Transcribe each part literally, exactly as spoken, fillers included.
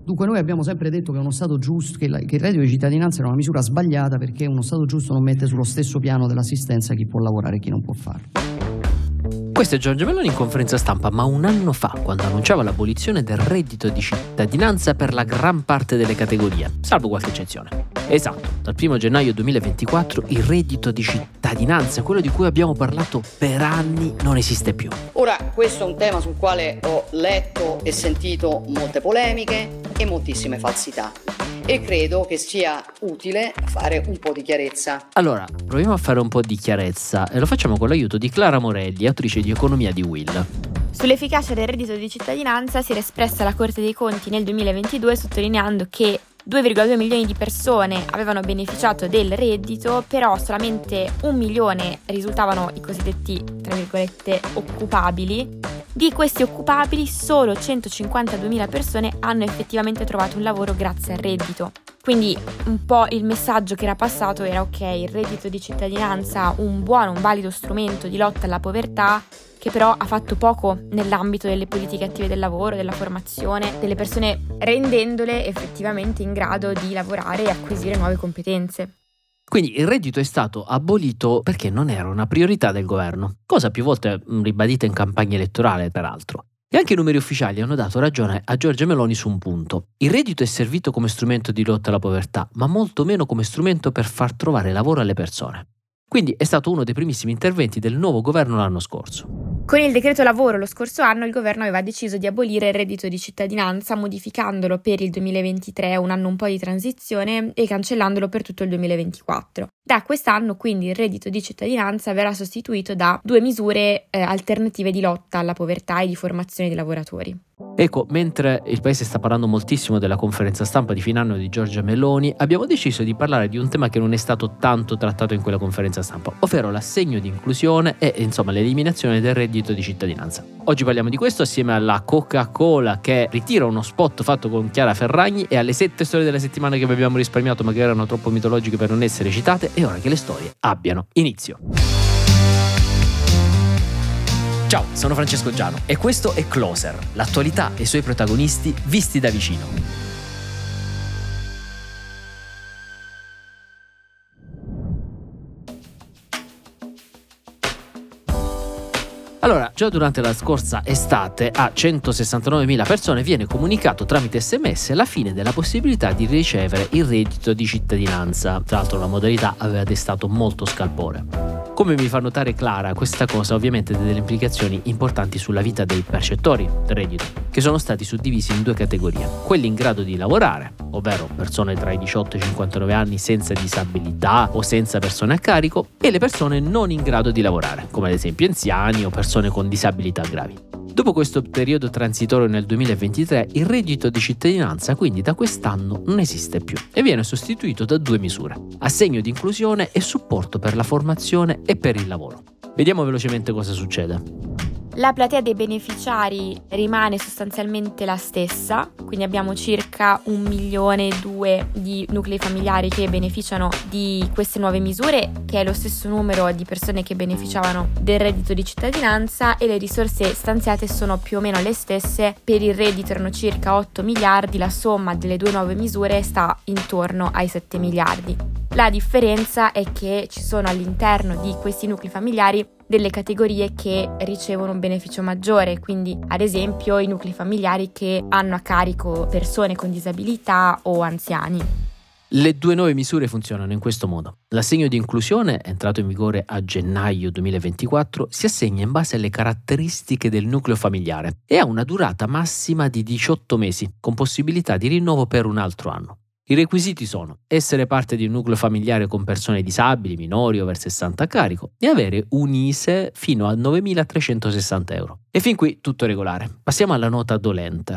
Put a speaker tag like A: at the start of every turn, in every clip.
A: Dunque noi abbiamo sempre detto che uno Stato giusto, che, la, che il reddito di cittadinanza era una misura sbagliata perché uno Stato giusto non mette sullo stesso piano dell'assistenza chi può lavorare e chi non può farlo.
B: Questo è Giorgia Meloni in conferenza stampa, ma un anno fa, quando annunciava l'abolizione del reddito di cittadinanza per la gran parte delle categorie, salvo qualche eccezione. Esatto, dal primo gennaio duemilaventiquattro il reddito di cittadinanza, quello di cui abbiamo parlato per anni, non esiste più.
C: Ora, questo è un tema sul quale ho letto e sentito molte polemiche e moltissime falsità. E credo che sia utile fare un po' di chiarezza.
B: Allora, proviamo a fare un po' di chiarezza e lo facciamo con l'aiuto di Clara Morelli, autrice di Economia di Will.
D: Sull'efficacia del reddito di cittadinanza si era espressa la Corte dei Conti nel duemilaventidue sottolineando che due virgola due milioni di persone avevano beneficiato del reddito, però solamente un milione risultavano i cosiddetti, tra virgolette, occupabili. Di questi occupabili, solo centocinquantaduemila persone hanno effettivamente trovato un lavoro grazie al reddito. Quindi un po' il messaggio che era passato era: ok, il reddito di cittadinanza, un buono, un valido strumento di lotta alla povertà, che però ha fatto poco nell'ambito delle politiche attive del lavoro, della formazione delle persone, rendendole effettivamente in grado di lavorare e acquisire nuove competenze.
B: Quindi il reddito è stato abolito perché non era una priorità del governo, cosa più volte ribadita in campagna elettorale, peraltro. E anche i numeri ufficiali hanno dato ragione a Giorgia Meloni su un punto. Il reddito è servito come strumento di lotta alla povertà, ma molto meno come strumento per far trovare lavoro alle persone. Quindi è stato uno dei primissimi interventi del nuovo governo l'anno scorso.
D: Con il decreto lavoro lo scorso anno il governo aveva deciso di abolire il reddito di cittadinanza, modificandolo per il duemilaventitré, un anno un po' di transizione, e cancellandolo per tutto il duemilaventiquattro. Da quest'anno quindi il reddito di cittadinanza verrà sostituito da due misure eh, alternative di lotta alla povertà e di formazione dei lavoratori.
B: Ecco, mentre il paese sta parlando moltissimo della conferenza stampa di fine anno di Giorgia Meloni, abbiamo deciso di parlare di un tema che non è stato tanto trattato in quella conferenza stampa, ovvero l'assegno di inclusione e insomma l'eliminazione del reddito di cittadinanza. Oggi parliamo di questo assieme alla Coca-Cola, che ritira uno spot fatto con Chiara Ferragni, e alle sette storie della settimana che vi abbiamo risparmiato ma che erano troppo mitologiche per non essere citate. È ora che le storie abbiano inizio. Ciao, sono Francesco Giano e questo è Closer, l'attualità e i suoi protagonisti visti da vicino. Allora, già durante la scorsa estate a centosessantanovemila persone viene comunicato tramite sms la fine della possibilità di ricevere il reddito di cittadinanza. Tra l'altro la modalità aveva destato molto scalpore. Come mi fa notare Clara, questa cosa ovviamente ha delle implicazioni importanti sulla vita dei percettori del reddito, che sono stati suddivisi in due categorie: quelli in grado di lavorare, ovvero persone tra i diciotto e i cinquantanove anni senza disabilità o senza persone a carico, e le persone non in grado di lavorare, come ad esempio anziani o persone con disabilità gravi. Dopo questo periodo transitorio nel duemilaventitré, il reddito di cittadinanza quindi da quest'anno non esiste più e viene sostituito da due misure: assegno di inclusione e supporto per la formazione e per il lavoro. Vediamo velocemente cosa succede.
D: La platea dei beneficiari rimane sostanzialmente la stessa, quindi abbiamo circa un milione e due di nuclei familiari che beneficiano di queste nuove misure, che è lo stesso numero di persone che beneficiavano del reddito di cittadinanza, e le risorse stanziate sono più o meno le stesse. Per il reddito erano circa otto miliardi, la somma delle due nuove misure sta intorno ai sette miliardi. La differenza è che ci sono all'interno di questi nuclei familiari delle categorie che ricevono un beneficio maggiore, quindi ad esempio i nuclei familiari che hanno a carico persone con disabilità o anziani.
B: Le due nuove misure funzionano in questo modo. L'assegno di inclusione, entrato in vigore a gennaio duemilaventiquattro, si assegna in base alle caratteristiche del nucleo familiare e ha una durata massima di diciotto mesi, con possibilità di rinnovo per un altro anno. I requisiti sono essere parte di un nucleo familiare con persone disabili, minori over sessanta a carico, e avere un I S E E fino a novemilatrecentosessanta euro. E fin qui tutto regolare. Passiamo alla nota dolente.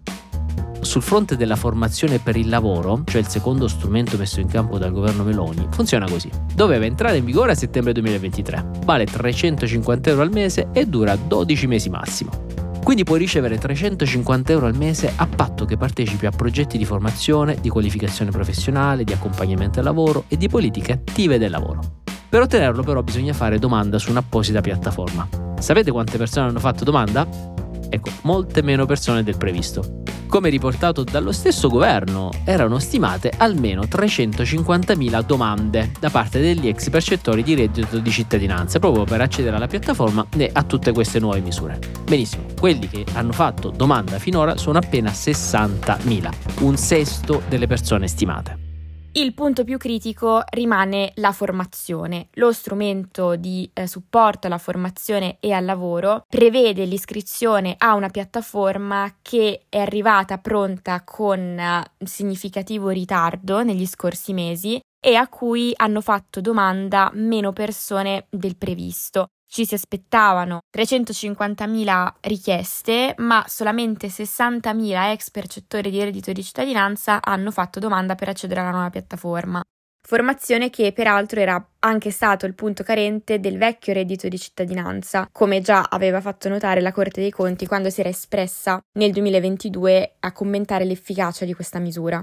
B: Sul fronte della formazione per il lavoro, cioè il secondo strumento messo in campo dal governo Meloni, funziona così. Doveva entrare in vigore a settembre duemilaventitré, vale trecentocinquanta euro al mese e dura dodici mesi massimo. Quindi puoi ricevere trecentocinquanta euro al mese a patto che partecipi a progetti di formazione, di qualificazione professionale, di accompagnamento al lavoro e di politiche attive del lavoro. Per ottenerlo però bisogna fare domanda su un'apposita piattaforma. Sapete quante persone hanno fatto domanda? Ecco, molte meno persone del previsto. Come riportato dallo stesso governo, erano stimate almeno trecentocinquantamila domande da parte degli ex percettori di reddito di cittadinanza proprio per accedere alla piattaforma e a tutte queste nuove misure. Benissimo, quelli che hanno fatto domanda finora sono appena sessantamila, un sesto delle persone stimate.
D: Il punto più critico rimane la formazione. Lo strumento di eh, supporto alla formazione e al lavoro prevede l'iscrizione a una piattaforma che è arrivata pronta con eh, significativo ritardo negli scorsi mesi e a cui hanno fatto domanda meno persone del previsto. Ci si aspettavano trecentocinquantamila richieste, ma solamente sessantamila ex percettori di reddito di cittadinanza hanno fatto domanda per accedere alla nuova piattaforma. Formazione che peraltro era anche stato il punto carente del vecchio reddito di cittadinanza, come già aveva fatto notare la Corte dei Conti quando si era espressa nel duemilaventidue a commentare l'efficacia di questa misura.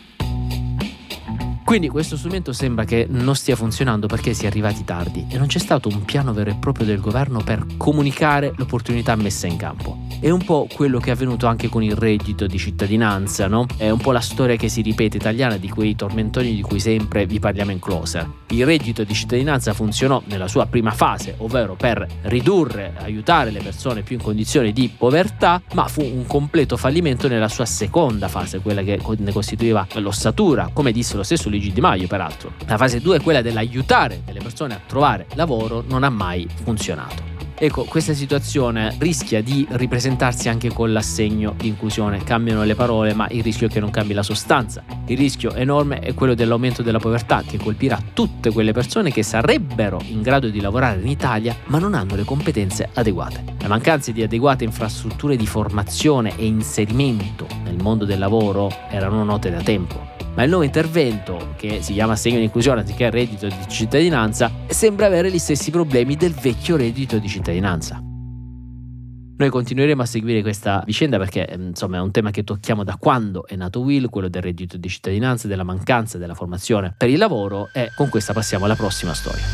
B: Quindi questo strumento sembra che non stia funzionando perché si è arrivati tardi e non c'è stato un piano vero e proprio del governo per comunicare l'opportunità messa in campo. È un po' quello che è avvenuto anche con il reddito di cittadinanza, no? È un po' la storia che si ripete italiana di quei tormentoni di cui sempre vi parliamo in Closer. Il reddito di cittadinanza funzionò nella sua prima fase, ovvero per ridurre, aiutare le persone più in condizioni di povertà, ma fu un completo fallimento nella sua seconda fase, quella che ne costituiva l'ossatura, come disse lo stesso Luigi Di Maio peraltro. La fase due, quella dell'aiutare delle persone a trovare lavoro, non ha mai funzionato. Ecco, questa situazione rischia di ripresentarsi anche con l'assegno di inclusione. Cambiano le parole, ma il rischio è che non cambi la sostanza. Il rischio enorme è quello dell'aumento della povertà, che colpirà tutte quelle persone che sarebbero in grado di lavorare in Italia, ma non hanno le competenze adeguate. La mancanza di adeguate infrastrutture di formazione e inserimento nel mondo del lavoro erano note da tempo. Ma il nuovo intervento, che si chiama assegno di inclusione anziché reddito di cittadinanza, sembra avere gli stessi problemi del vecchio reddito di cittadinanza. Noi continueremo a seguire questa vicenda perché insomma è un tema che tocchiamo da quando è nato Will, quello del reddito di cittadinanza, della mancanza della formazione per il lavoro, e con questa passiamo alla prossima storia.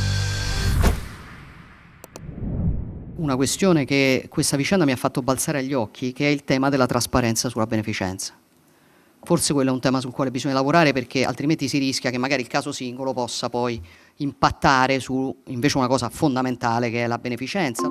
A: Una questione che questa vicenda mi ha fatto balzare agli occhi, che è il tema della trasparenza sulla beneficenza. Forse quello è un tema sul quale bisogna lavorare, perché altrimenti si rischia che magari il caso singolo possa poi impattare su invece una cosa fondamentale che è la beneficenza.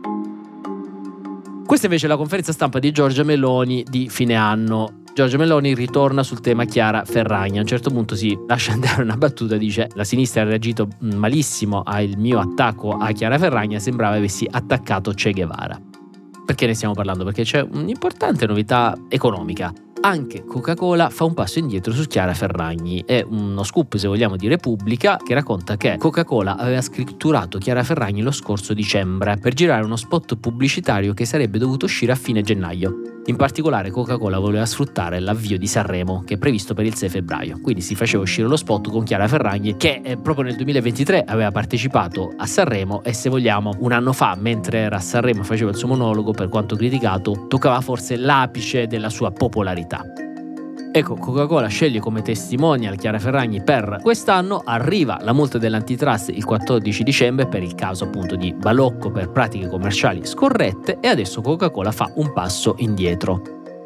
B: Questa invece è la conferenza stampa di Giorgia Meloni di fine anno. Giorgia Meloni ritorna sul tema Chiara Ferragni. A un certo punto si lascia andare una battuta, dice: la sinistra ha reagito malissimo al mio attacco a Chiara Ferragni, sembrava avessi attaccato Che Guevara. Perché ne stiamo parlando? Perché c'è un'importante novità economica. Anche Coca-Cola fa un passo indietro su Chiara Ferragni. È uno scoop, se vogliamo, di Repubblica, che racconta che Coca-Cola aveva scritturato Chiara Ferragni lo scorso dicembre per girare uno spot pubblicitario che sarebbe dovuto uscire a fine gennaio. In particolare Coca-Cola voleva sfruttare l'avvio di Sanremo, che è previsto per il sei febbraio. Quindi si faceva uscire lo spot con Chiara Ferragni, che eh, proprio nel duemilaventitré aveva partecipato a Sanremo e, se vogliamo, un anno fa, mentre era a Sanremo e faceva il suo monologo, per quanto criticato, toccava forse l'apice della sua popolarità. Ecco, Coca-Cola sceglie come testimonial Chiara Ferragni per quest'anno, arriva la multa dell'antitrust il quattordici dicembre per il caso appunto di balocco per pratiche commerciali scorrette, e adesso Coca-Cola fa un passo indietro.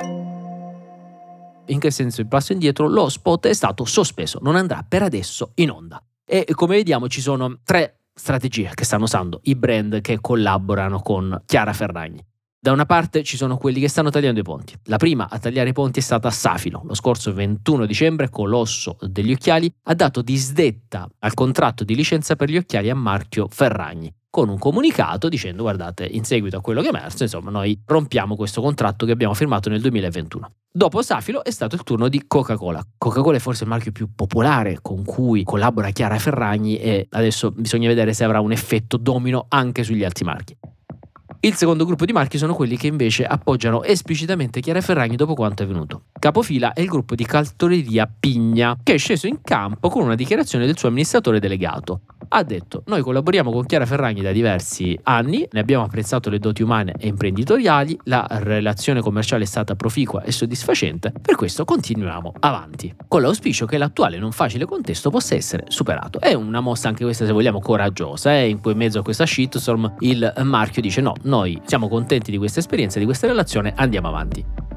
B: In che senso il passo indietro? Lo spot è stato sospeso, non andrà per adesso in onda. E come vediamo ci sono tre strategie che stanno usando i brand che collaborano con Chiara Ferragni. Da una parte ci sono quelli che stanno tagliando i ponti. La prima a tagliare i ponti è stata Safilo. Lo scorso ventuno dicembre, colosso degli occhiali, ha dato disdetta al contratto di licenza per gli occhiali a marchio Ferragni, con un comunicato dicendo: guardate, in seguito a quello che è emerso, insomma, noi rompiamo questo contratto che abbiamo firmato nel duemilaventuno. Dopo Safilo è stato il turno di Coca-Cola. Coca-Cola è forse il marchio più popolare con cui collabora Chiara Ferragni, e adesso bisogna vedere se avrà un effetto domino anche sugli altri marchi. Il secondo gruppo di marchi sono quelli che invece appoggiano esplicitamente Chiara Ferragni dopo quanto è avvenuto. Capofila è il gruppo di cartoleria Pigna, che è sceso in campo con una dichiarazione del suo amministratore delegato. Ha detto: noi collaboriamo con Chiara Ferragni da diversi anni, ne abbiamo apprezzato le doti umane e imprenditoriali, la relazione commerciale è stata proficua e soddisfacente, per questo continuiamo avanti, con l'auspicio che l'attuale non facile contesto possa essere superato. È una mossa anche questa, se vogliamo, coraggiosa, eh? In cui in mezzo a questa shitstorm il marchio dice: no, noi siamo contenti di questa esperienza, di questa relazione, andiamo avanti.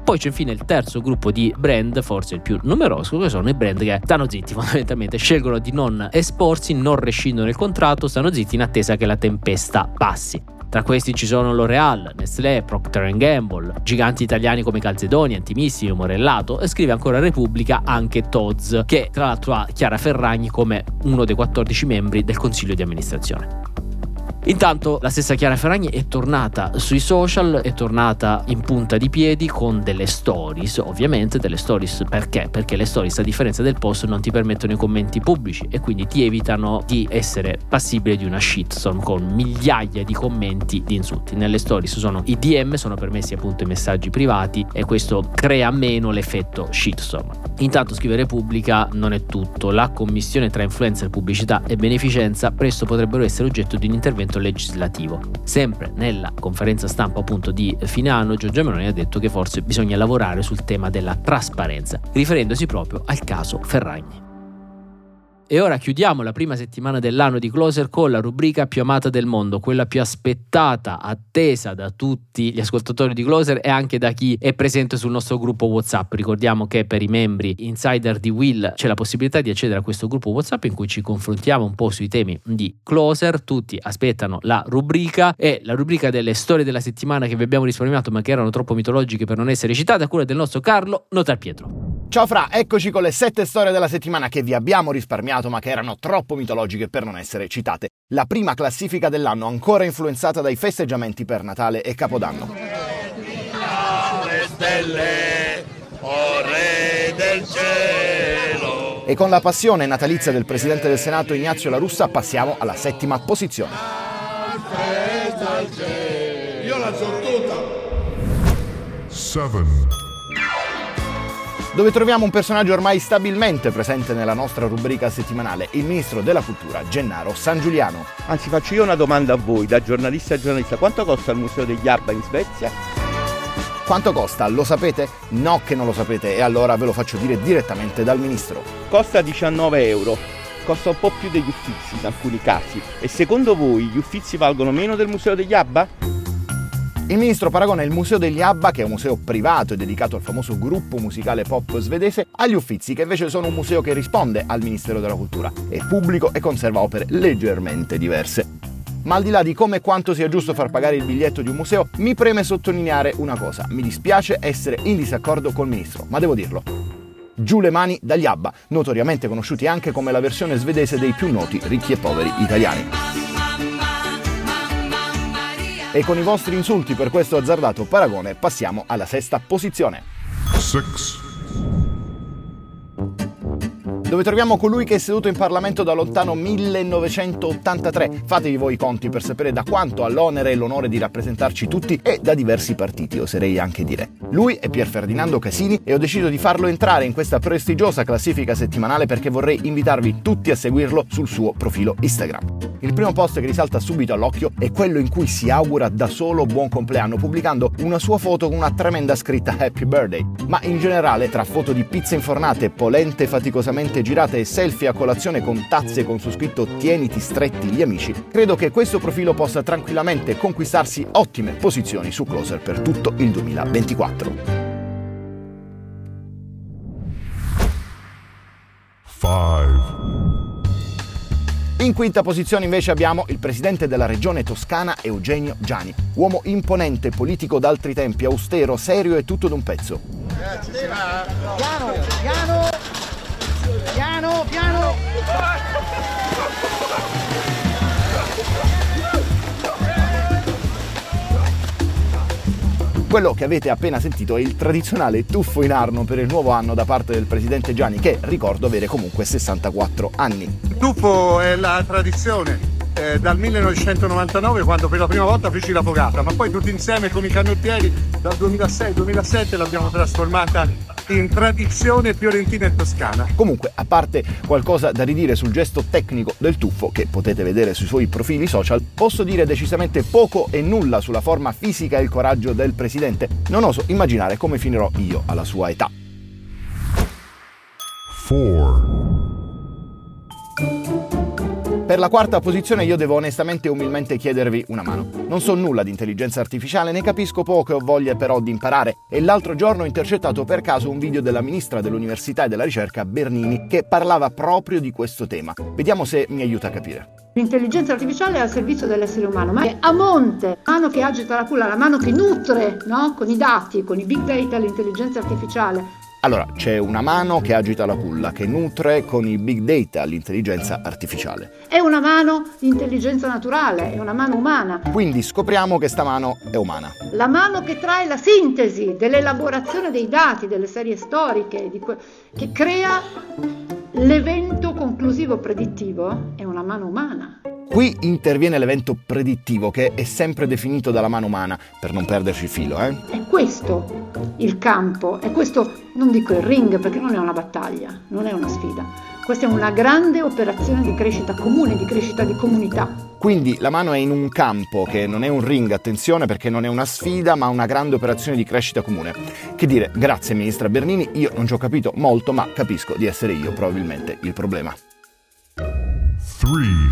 B: Poi c'è infine il terzo gruppo di brand, forse il più numeroso, che sono i brand che stanno zitti fondamentalmente, scelgono di non esporsi, non rescindono il contratto, stanno zitti in attesa che la tempesta passi. Tra questi ci sono L'Oréal, Nestlé, Procter and Gamble, giganti italiani come Calzedoni, Antimissimi, Morellato, e scrive ancora Repubblica anche Tod's, che tra l'altro ha Chiara Ferragni come uno dei quattordici membri del consiglio di amministrazione. Intanto la stessa Chiara Ferragni è tornata sui social, è tornata in punta di piedi con delle stories, ovviamente delle stories perché? Perché le stories, a differenza del post, non ti permettono i commenti pubblici e quindi ti evitano di essere passibile di una shitstorm con migliaia di commenti di insulti. Nelle stories sono i D M, sono permessi appunto i messaggi privati e questo crea meno l'effetto shitstorm. Intanto, scrive Repubblica, non è tutto. La commissione tra influencer, pubblicità e beneficenza presto potrebbero essere oggetto di un intervento legislativo. Sempre nella conferenza stampa appunto di fine anno, Giorgia Meloni ha detto che forse bisogna lavorare sul tema della trasparenza, riferendosi proprio al caso Ferragni. E ora chiudiamo la prima settimana dell'anno di Closer con la rubrica più amata del mondo, quella più aspettata, attesa da tutti gli ascoltatori di Closer e anche da chi è presente sul nostro gruppo WhatsApp. Ricordiamo che per i membri insider di Will c'è la possibilità di accedere a questo gruppo WhatsApp in cui ci confrontiamo un po' sui temi di Closer. Tutti aspettano la rubrica, e la rubrica delle storie della settimana che vi abbiamo risparmiato ma che erano troppo mitologiche per non essere citate, a cura del nostro Carlo Notar Pietro.
E: Ciao Fra, eccoci con le sette storie della settimana che vi abbiamo risparmiato ma che erano troppo mitologiche per non essere citate. La prima classifica dell'anno, ancora influenzata dai festeggiamenti per Natale e Capodanno.
F: Le stelle, o re del cielo.
E: E con la passione natalizia del Presidente del Senato Ignazio La Russa passiamo alla settima posizione.
F: Io la so tutta.
G: seven.
E: Dove troviamo un personaggio ormai stabilmente presente nella nostra rubrica settimanale, il ministro della cultura Gennaro Sangiuliano.
H: Anzi, faccio io una domanda a voi, da giornalista a giornalista: quanto costa il museo degli Abba in Svezia?
E: Quanto costa? Lo sapete? No che non lo sapete, e allora ve lo faccio dire direttamente dal ministro.
H: Costa diciannove euro, costa un po' più degli Uffizi in alcuni casi. E secondo voi gli Uffizi valgono meno del museo degli Abba?
E: Il ministro paragona il museo degli Abba, che è un museo privato e dedicato al famoso gruppo musicale pop svedese, agli Uffizi, che invece sono un museo che risponde al Ministero della Cultura, è pubblico e conserva opere leggermente diverse. Ma al di là di come e quanto sia giusto far pagare il biglietto di un museo, mi preme sottolineare una cosa: mi dispiace essere in disaccordo col ministro, ma devo dirlo. Giù le mani dagli Abba, notoriamente conosciuti anche come la versione svedese dei più noti ricchi e poveri italiani. E con i vostri insulti per questo azzardato paragone passiamo alla sesta posizione.
G: six.
E: Dove troviamo colui che è seduto in Parlamento da lontano millenovecentottantatré. Fatevi voi i conti per sapere da quanto ha l'onere e l'onore di rappresentarci tutti e da diversi partiti, oserei anche dire. Lui è Pier Ferdinando Casini e ho deciso di farlo entrare in questa prestigiosa classifica settimanale perché vorrei invitarvi tutti a seguirlo sul suo profilo Instagram. Il primo post che risalta subito all'occhio è quello in cui si augura da solo buon compleanno, pubblicando una sua foto con una tremenda scritta Happy Birthday. Ma in generale, tra foto di pizze infornate, polente faticosamente girate e selfie a colazione con tazze con su scritto "Tieniti stretti gli amici", credo che questo profilo possa tranquillamente conquistarsi ottime posizioni su Closer per tutto il duemilaventiquattro.
G: five.
E: In quinta posizione invece abbiamo il presidente della regione toscana Eugenio Giani, uomo imponente, politico d'altri tempi, austero, serio e tutto d'un pezzo.
I: Piano, piano, piano, piano.
E: Quello che avete appena sentito è il tradizionale tuffo in arno per il nuovo anno da parte del presidente Giani, che ricordo avere comunque sessantaquattro anni.
J: Il tuffo è la tradizione eh, dal millenovecentonovantanove, quando per la prima volta feci la fogata, ma poi tutti insieme con i canottieri dal duemilasei duemilasette l'abbiamo trasformata in tradizione fiorentina e toscana.
E: Comunque, a parte qualcosa da ridire sul gesto tecnico del tuffo, che potete vedere sui suoi profili social, posso dire decisamente poco e nulla sulla forma fisica e il coraggio del presidente. Non oso immaginare come finirò io alla sua età.
G: four.
E: Per la quarta posizione io devo onestamente e umilmente chiedervi una mano. Non so nulla di intelligenza artificiale, ne capisco poco e ho voglia però di imparare. E l'altro giorno ho intercettato per caso un video della ministra dell'Università e della Ricerca Bernini che parlava proprio di questo tema. Vediamo se mi aiuta a capire.
K: L'intelligenza artificiale è al servizio dell'essere umano, ma è a monte, la mano che agita la culla, la mano che nutre, no? Con i dati, con i big data, l'intelligenza artificiale.
E: Allora, c'è una mano che agita la culla, che nutre con i big data l'intelligenza artificiale.
K: È una mano di intelligenza naturale, è una mano umana.
E: Quindi scopriamo che sta mano è umana.
K: La mano che trae la sintesi dell'elaborazione dei dati, delle serie storiche, di que- che crea l'evento conclusivo predittivo, è una mano umana.
E: Qui interviene l'evento predittivo che è sempre definito dalla mano umana, per non perderci il filo, eh?
K: È questo il campo, è questo, non dico il ring perché non è una battaglia, non è una sfida. Questa è una grande operazione di crescita comune, di crescita di comunità.
E: Quindi la mano è in un campo che non è un ring, attenzione, perché non è una sfida, ma una grande operazione di crescita comune. Che dire, grazie ministra Bernini, io non ci ho capito molto, ma capisco di essere io probabilmente il problema.
G: three.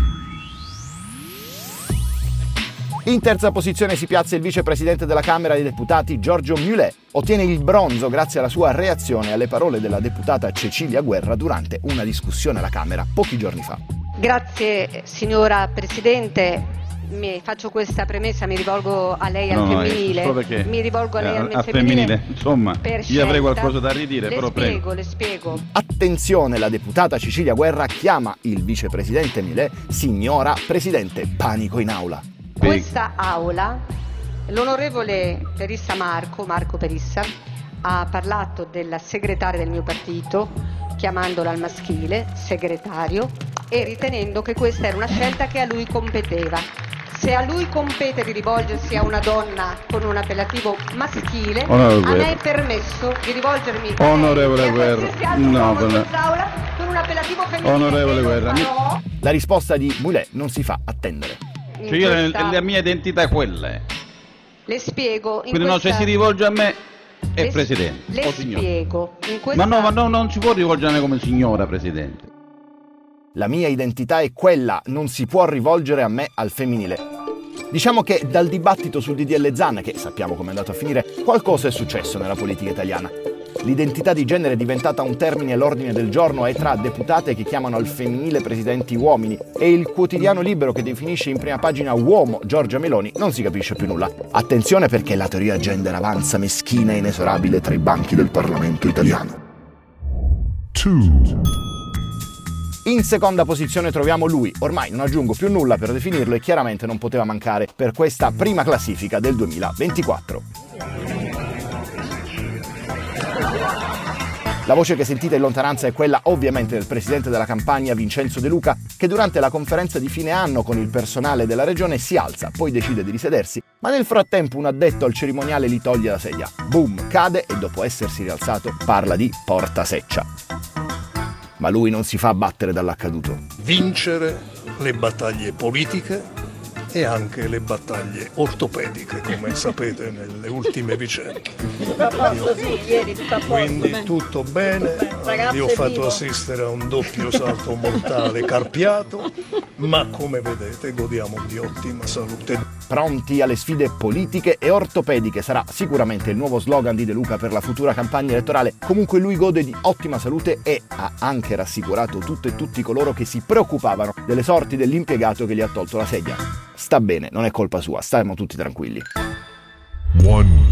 E: In terza posizione si piazza il vicepresidente della Camera dei Deputati Giorgio Mulè. Ottiene il bronzo grazie alla sua reazione alle parole della deputata Cecilia Guerra durante una discussione alla Camera pochi giorni fa.
L: Grazie signora Presidente. Mi faccio questa premessa, mi rivolgo a lei al
M: no,
L: femminile.
M: No, perché,
L: mi rivolgo a lei
M: eh,
L: al
M: a
L: femminile.
M: femminile. Insomma, io avrei qualcosa da ridire,
L: le
M: però
L: spiego,
M: prego.
L: Le spiego.
E: Attenzione, la deputata Cecilia Guerra chiama il vicepresidente Mulè signora Presidente. Panico in aula.
L: Questa aula, l'onorevole Perissa Marco, Marco Perissa, ha parlato della segretaria del mio partito, chiamandola al maschile, segretario, e ritenendo che questa era una scelta che a lui competeva. Se a lui compete di rivolgersi a una donna con un appellativo maschile,
M: Onorevole
L: a me
M: Guerra.
L: è permesso di rivolgermi
M: Onorevole
L: a lei,
M: Guerra.
L: e a qualsiasi altro
M: No,
L: uomo in
M: per-
L: quest'aula con un appellativo femminile.
M: Onorevole
L: che non
M: Guerra, mi-
L: farò.
E: La risposta di Mulè non si fa attendere.
M: Cioè io,
L: questa-
M: la mia identità è quella. eh.
L: Le spiego. In
M: Quindi no,
L: questa...
M: se si rivolge a me è
L: le,
M: Presidente
L: Le
M: o signora.
L: spiego. In questa...
M: Ma no, ma no, non si può rivolgere a me come signora Presidente.
E: La mia identità è quella, non si può rivolgere a me al femminile. Diciamo che dal dibattito sul D D L Zan, che sappiamo come è andato a finire, qualcosa è successo nella politica italiana. L'identità di genere è diventata un termine all'ordine del giorno e tra deputate che chiamano al femminile presidenti uomini e il quotidiano Libero che definisce in prima pagina uomo Giorgia Meloni non si capisce più nulla. Attenzione perché la teoria gender avanza meschina e inesorabile tra i banchi del Parlamento italiano.
G: two.
E: In seconda posizione troviamo lui, ormai non aggiungo più nulla per definirlo e chiaramente non poteva mancare per questa prima classifica del duemilaventiquattro. La voce che sentite in lontananza è quella ovviamente del presidente della Campania Vincenzo De Luca, che durante la conferenza di fine anno con il personale della regione si alza, poi decide di risedersi, ma nel frattempo un addetto al cerimoniale gli toglie la sedia. Boom, cade e dopo essersi rialzato parla di porta seccia. Ma lui non si fa battere dall'accaduto.
F: Vincere le battaglie politiche e anche le battaglie ortopediche, come sapete nelle ultime vicende. Quindi tutto bene, vi ho fatto assistere a un doppio salto mortale carpiato, ma come vedete godiamo di ottima salute.
E: Pronti alle sfide politiche e ortopediche sarà sicuramente il nuovo slogan di De Luca per la futura campagna elettorale. Comunque lui gode di ottima salute e ha anche rassicurato tutte e tutti coloro che si preoccupavano delle sorti dell'impiegato che gli ha tolto la sedia. Sta bene, non è colpa sua, stiamo tutti tranquilli.
G: one.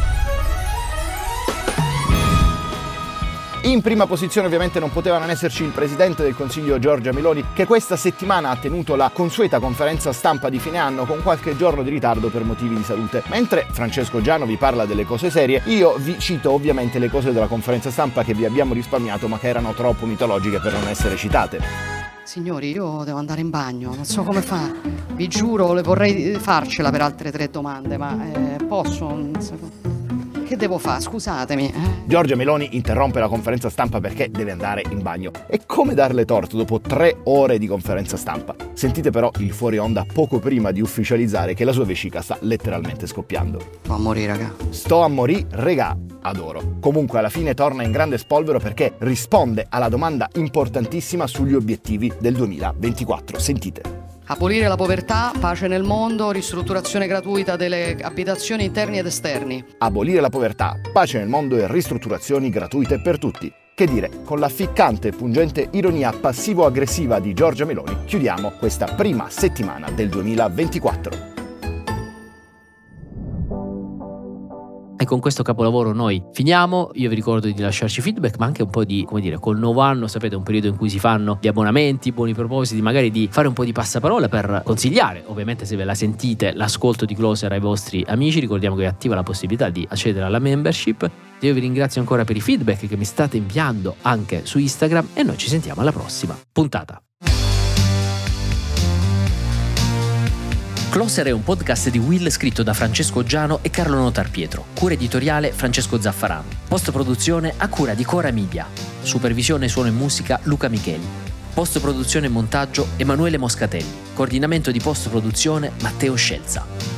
E: In prima posizione ovviamente non poteva non esserci il presidente del Consiglio Giorgia Meloni, che questa settimana ha tenuto la consueta conferenza stampa di fine anno con qualche giorno di ritardo per motivi di salute. Mentre Francesco Giano vi parla delle cose serie, io vi cito ovviamente le cose della conferenza stampa che vi abbiamo risparmiato ma che erano troppo mitologiche per non essere citate.
A: Signori, io devo andare in bagno, non so come fa. Vi giuro, le vorrei farcela per altre tre domande, ma eh, posso? Non so. Che devo fare? Scusatemi. Eh.
E: Giorgia Meloni interrompe la conferenza stampa perché deve andare in bagno. E come darle torto dopo tre ore di conferenza stampa? Sentite però il fuori onda poco prima di ufficializzare che la sua vescica sta letteralmente scoppiando.
A: Sto a morire, raga.
E: Sto a morire, regà. Adoro. Comunque alla fine torna in grande spolvero perché risponde alla domanda importantissima sugli obiettivi del duemilaventiquattro. Sentite.
C: Abolire la povertà, pace nel mondo, ristrutturazione gratuita delle abitazioni interni ed esterni.
E: Abolire la povertà, pace nel mondo e ristrutturazioni gratuite per tutti. Che dire, con la ficcante e pungente ironia passivo-aggressiva di Giorgia Meloni chiudiamo questa prima settimana del duemilaventiquattro.
B: E con questo capolavoro noi finiamo. Io vi ricordo di lasciarci feedback, ma anche un po' di, come dire, col nuovo anno, sapete, è un periodo in cui si fanno gli abbonamenti, buoni propositi, magari di fare un po' di passaparola per consigliare, ovviamente se ve la sentite, l'ascolto di Closer ai vostri amici. Ricordiamo che è attiva la possibilità di accedere alla membership. Io vi ringrazio ancora per i feedback che mi state inviando anche su Instagram e noi ci sentiamo alla prossima puntata. Closer è un podcast di Will scritto da Francesco Giano e Carlo Notarpietro. Cura editoriale Francesco Zaffarano. Post-produzione a cura di Cora Media. Supervisione suono e musica Luca Micheli. Post-produzione e montaggio Emanuele Moscatelli. Coordinamento di post-produzione Matteo Scelza.